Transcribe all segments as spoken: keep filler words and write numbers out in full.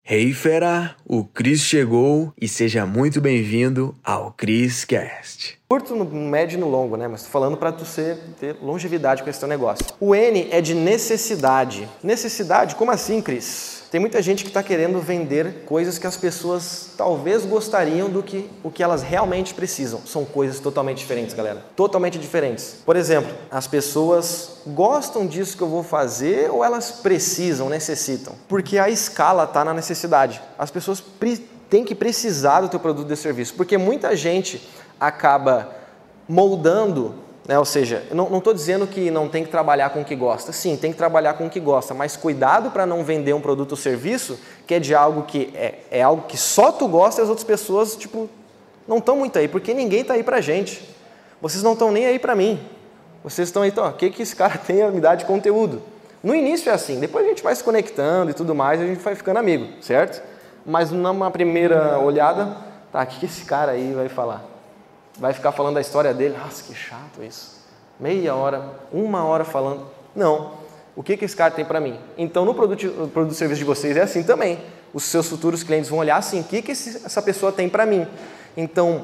Hey fera, o Cris chegou e seja muito bem-vindo ao CrisCast. Curto, no médio e no longo, né? Mas tô falando para tu ser, ter longevidade com esse teu negócio. O N é de necessidade. Necessidade? Como assim, Cris? Tem muita gente que está querendo vender coisas que as pessoas talvez gostariam do que o que elas realmente precisam. São coisas totalmente diferentes, galera. Totalmente diferentes. Por exemplo, as pessoas gostam disso que eu vou fazer ou elas precisam, necessitam? Porque a escala está na necessidade. As pessoas têm que precisar do teu produto e serviço. Porque muita gente acaba moldando, né? Ou seja, não estou dizendo que não tem que trabalhar com o que gosta. Sim, tem que trabalhar com o que gosta, mas cuidado para não vender um produto ou serviço que é de algo que é, é algo que só tu gosta e as outras pessoas, tipo, não estão muito aí, porque ninguém está aí pra gente. Vocês não estão nem aí para mim. Vocês estão aí, então, o que, que esse cara tem a me dar de conteúdo? No início é assim, depois a gente vai se conectando e tudo mais, a gente vai ficando amigo, certo? Mas numa primeira olhada, tá, o que, que esse cara aí vai falar? Vai ficar falando da história dele. Nossa, que chato isso. Meia hora, uma hora falando. Não. O que, que esse cara tem para mim? Então, no produto, no produto e serviço de vocês é assim também. Os seus futuros clientes vão olhar assim, o que, que esse, essa pessoa tem para mim? Então,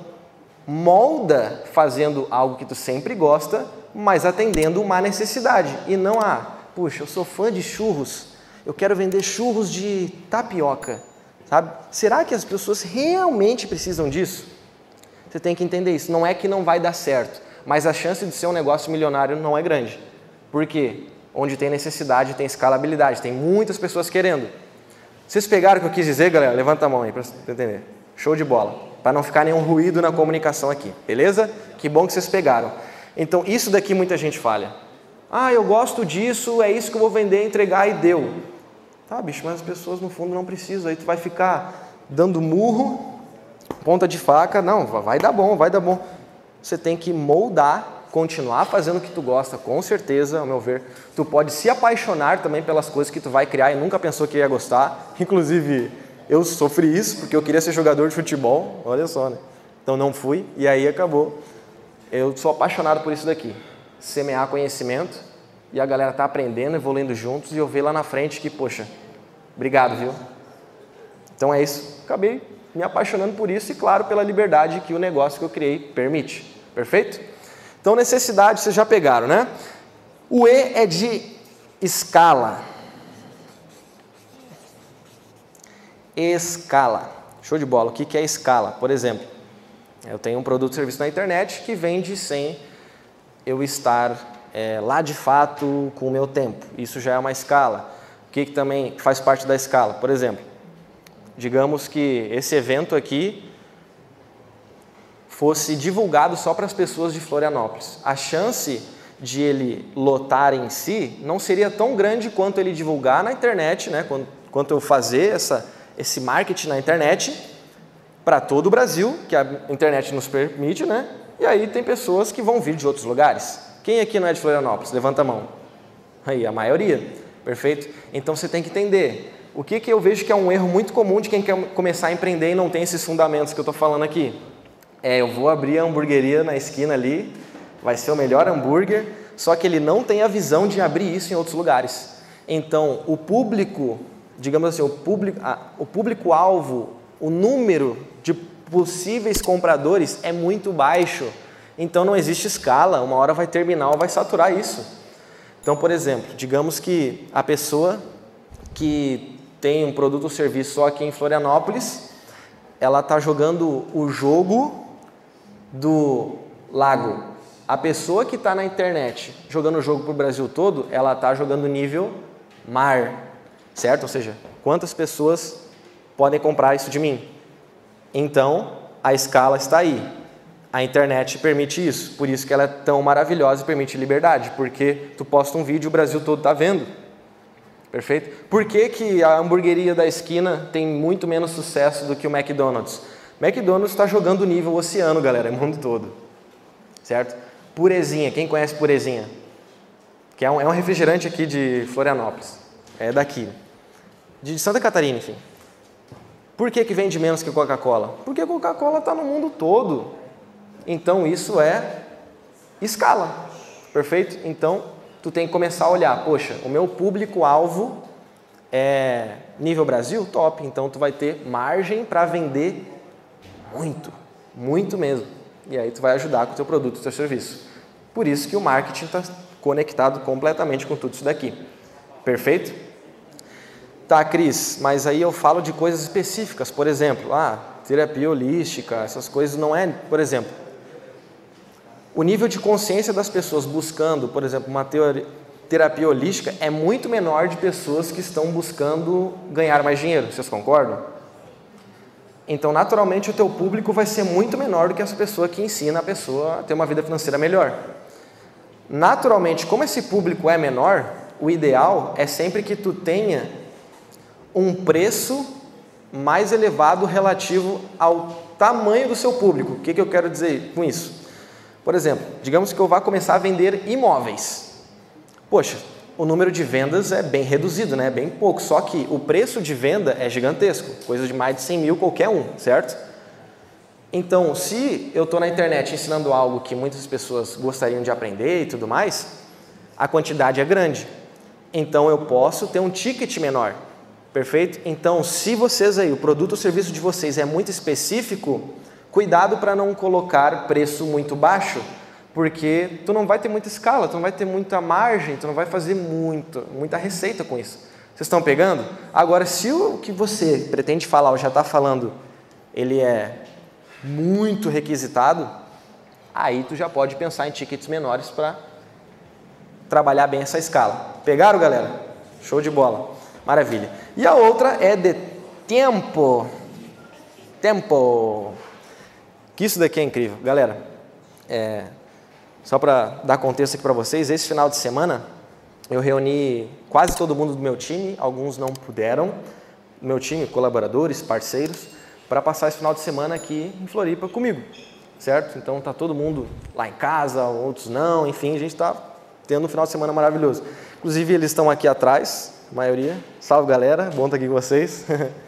molda fazendo algo que tu sempre gosta, mas atendendo uma necessidade. E não a, puxa, eu sou fã de churros, eu quero vender churros de tapioca. Sabe? Será que as pessoas realmente precisam disso? Você tem que entender isso. Não é que não vai dar certo, mas a chance de ser um negócio milionário não é grande. Por quê? Onde tem necessidade, tem escalabilidade, tem muitas pessoas querendo. Vocês pegaram o que eu quis dizer, galera? Levanta a mão aí para você entender. Show de bola. Para não ficar nenhum ruído na comunicação aqui, beleza? Que bom que vocês pegaram. Então, isso daqui muita gente falha. Ah, eu gosto disso, é isso que eu vou vender, entregar e deu. Tá, bicho, mas as pessoas no fundo não precisam. Aí tu vai ficar dando murro, ponta de faca, não, vai dar bom, vai dar bom. Você tem que moldar, continuar fazendo o que tu gosta, com certeza, ao meu ver. Tu pode se apaixonar também pelas coisas que tu vai criar e nunca pensou que ia gostar. Inclusive, eu sofri isso porque eu queria ser jogador de futebol, olha só, né? Então não fui e aí acabou. Eu sou apaixonado por isso daqui. Semear conhecimento e a galera tá aprendendo, evoluindo juntos e eu ver lá na frente que, poxa, obrigado, viu? Então é isso, acabei me apaixonando por isso e, claro, pela liberdade que o negócio que eu criei permite. Perfeito? Então, necessidade, vocês já pegaram, né? O E é de escala. Escala. Show de bola. O que é escala? Por exemplo, eu tenho um produto ou serviço na internet que vende sem eu estar é, lá de fato com o meu tempo. Isso já é uma escala. O que, que também faz parte da escala? Por exemplo, digamos que esse evento aqui fosse divulgado só para as pessoas de Florianópolis. A chance de ele lotar em si não seria tão grande quanto ele divulgar na internet, né? Quanto eu fazer essa, esse marketing na internet para todo o Brasil, que a internet nos permite, né? E aí tem pessoas que vão vir de outros lugares. Quem aqui não é de Florianópolis? Levanta a mão. Aí, a maioria. Perfeito? Então você tem que entender. O que, que eu vejo que é um erro muito comum de quem quer começar a empreender e não tem esses fundamentos que eu estou falando aqui? É, eu vou abrir a hamburgueria na esquina ali, vai ser o melhor hambúrguer, só que ele não tem a visão de abrir isso em outros lugares. Então, o público, digamos assim, o público, a, o público-alvo, o número de possíveis compradores é muito baixo. Então, não existe escala, uma hora vai terminar ou vai saturar isso. Então, por exemplo, digamos que a pessoa que tem um produto ou serviço só aqui em Florianópolis, ela está jogando o jogo do lago. A pessoa que está na internet jogando o jogo para o Brasil todo, ela está jogando nível mar, certo? Ou seja, quantas pessoas podem comprar isso de mim? Então, a escala está aí. A internet permite isso, por isso que ela é tão maravilhosa e permite liberdade, porque tu posta um vídeo e o Brasil todo está vendo. Perfeito? Por que que a hamburgueria da esquina tem muito menos sucesso do que o McDonald's? O McDonald's está jogando o nível oceano, galera, no mundo todo. Certo? Purezinha, quem conhece Purezinha? Que é um, é um refrigerante aqui de Florianópolis. É daqui. De Santa Catarina, enfim. Por que que vende menos que Coca-Cola? Porque a Coca-Cola está no mundo todo. Então isso é escala. Perfeito? Então tu tem que começar a olhar, poxa, o meu público-alvo é nível Brasil, top. Então tu vai ter margem para vender muito, muito mesmo. E aí tu vai ajudar com o teu produto, o teu serviço. Por isso que o marketing está conectado completamente com tudo isso daqui. Perfeito? Tá, Cris, mas aí eu falo de coisas específicas. Por exemplo, ah, terapia holística, essas coisas não é... Por exemplo, o nível de consciência das pessoas buscando, por exemplo, uma teoria, terapia holística é muito menor de pessoas que estão buscando ganhar mais dinheiro. Vocês concordam? Então, naturalmente, o teu público vai ser muito menor do que essa pessoa que ensina a pessoa a ter uma vida financeira melhor. Naturalmente, como esse público é menor, o ideal é sempre que tu tenha um preço mais elevado relativo ao tamanho do seu público. O que, que eu quero dizer com isso? Por exemplo, digamos que eu vá começar a vender imóveis. Poxa, o número de vendas é bem reduzido, né? É bem pouco, só que o preço de venda é gigantesco, coisa de mais de cem mil qualquer um, certo? Então, se eu estou na internet ensinando algo que muitas pessoas gostariam de aprender e tudo mais, a quantidade é grande. Então, eu posso ter um ticket menor, perfeito? Então, se vocês aí, o produto ou serviço de vocês é muito específico, cuidado para não colocar preço muito baixo, porque tu não vai ter muita escala, tu não vai ter muita margem, tu não vai fazer muito, muita receita com isso. Vocês estão pegando? Agora, se o que você pretende falar ou já está falando, ele é muito requisitado, aí tu já pode pensar em tickets menores para trabalhar bem essa escala. Pegaram, galera? Show de bola. Maravilha. E a outra é de tempo. Tempo. Que isso daqui é incrível. Galera, é, só para dar contexto aqui para vocês, esse final de semana eu reuni quase todo mundo do meu time, alguns não puderam, meu time, colaboradores, parceiros, para passar esse final de semana aqui em Floripa comigo, certo? Então tá todo mundo lá em casa, outros não, enfim, a gente está tendo um final de semana maravilhoso. Inclusive eles estão aqui atrás, a maioria. Salve, galera, bom estar aqui com vocês.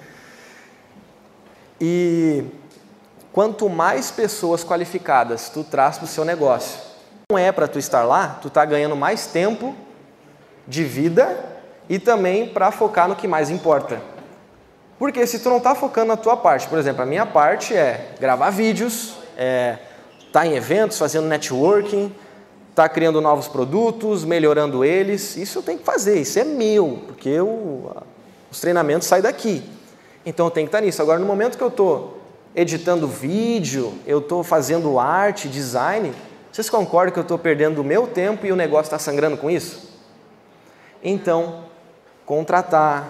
E quanto mais pessoas qualificadas tu traz para o seu negócio, não é para tu estar lá, tu tá ganhando mais tempo de vida e também para focar no que mais importa. Porque se tu não tá focando na tua parte, por exemplo, a minha parte é gravar vídeos, é tá em eventos, fazendo networking, tá criando novos produtos, melhorando eles, isso eu tenho que fazer, isso é meu, porque eu, os treinamentos saem daqui. Então eu tenho que estar nisso. Agora, no momento que eu estou editando vídeo, eu estou fazendo arte, design, vocês concordam que eu estou perdendo o meu tempo e o negócio está sangrando com isso? Então, contratar,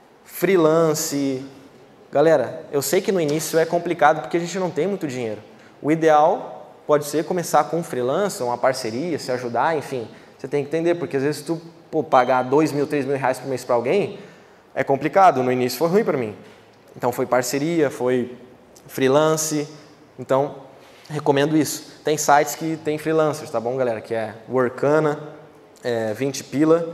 freelance. Galera, eu sei que no início é complicado porque a gente não tem muito dinheiro. O ideal pode ser começar com um freelance, uma parceria, se ajudar, enfim. Você tem que entender, porque às vezes tu pô, pagar dois mil, três mil reais por mês para alguém é complicado. No início foi ruim para mim. Então foi parceria, foi freelance. Então, recomendo isso. Tem sites que tem freelancers, tá bom, galera? Que é Workana, é, vinte pila.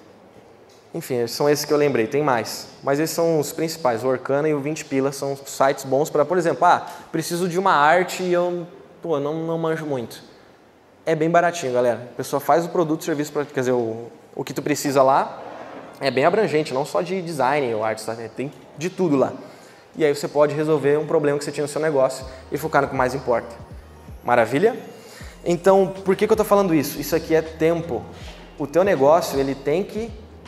Enfim, são esses que eu lembrei, tem mais. Mas esses são os principais, o Workana e o vinte pila são sites bons para, por exemplo, ah, preciso de uma arte e eu pô, não, não manjo muito. É bem baratinho, galera. A pessoa faz o produto, o serviço, pra, quer dizer, o, o que tu precisa lá é bem abrangente, não só de design ou arte, sabe? Tem de tudo lá. E aí você pode resolver um problema que você tinha no seu negócio e focar no que mais importa. Maravilha? Então, por que que eu estou falando isso? Isso aqui é tempo. O teu negócio, ele tem que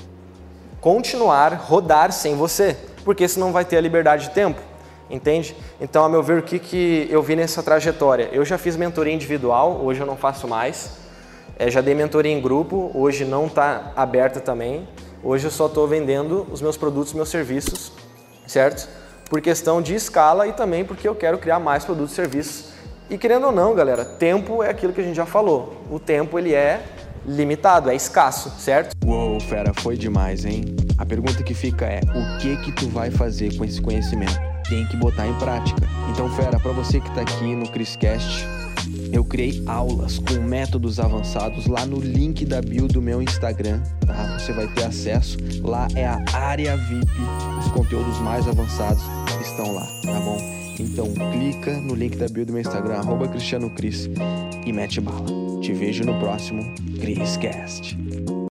continuar, rodar sem você, porque senão vai ter a liberdade de tempo, entende? Então, a meu ver, o que, que eu vi nessa trajetória? Eu já fiz mentoria individual, hoje eu não faço mais. É, já dei mentoria em grupo, hoje não está aberta também. Hoje eu só estou vendendo os meus produtos, meus serviços, certo? Por questão de escala e também porque eu quero criar mais produtos e serviços. E querendo ou não, galera, tempo é aquilo que a gente já falou. O tempo, ele é limitado, é escasso, certo? Uou, fera, foi demais, hein? A pergunta que fica é, o que que tu vai fazer com esse conhecimento? Tem que botar em prática. Então, fera, para você que tá aqui no ChrisCast, eu criei aulas com métodos avançados lá no link da bio do meu Instagram, tá? Você vai ter acesso. Lá é a área V I P, os conteúdos mais avançados estão lá, tá bom? Então clica no link da bio do meu Instagram, arroba Cristiano Cris, e mete bala. Te vejo no próximo ChrisCast.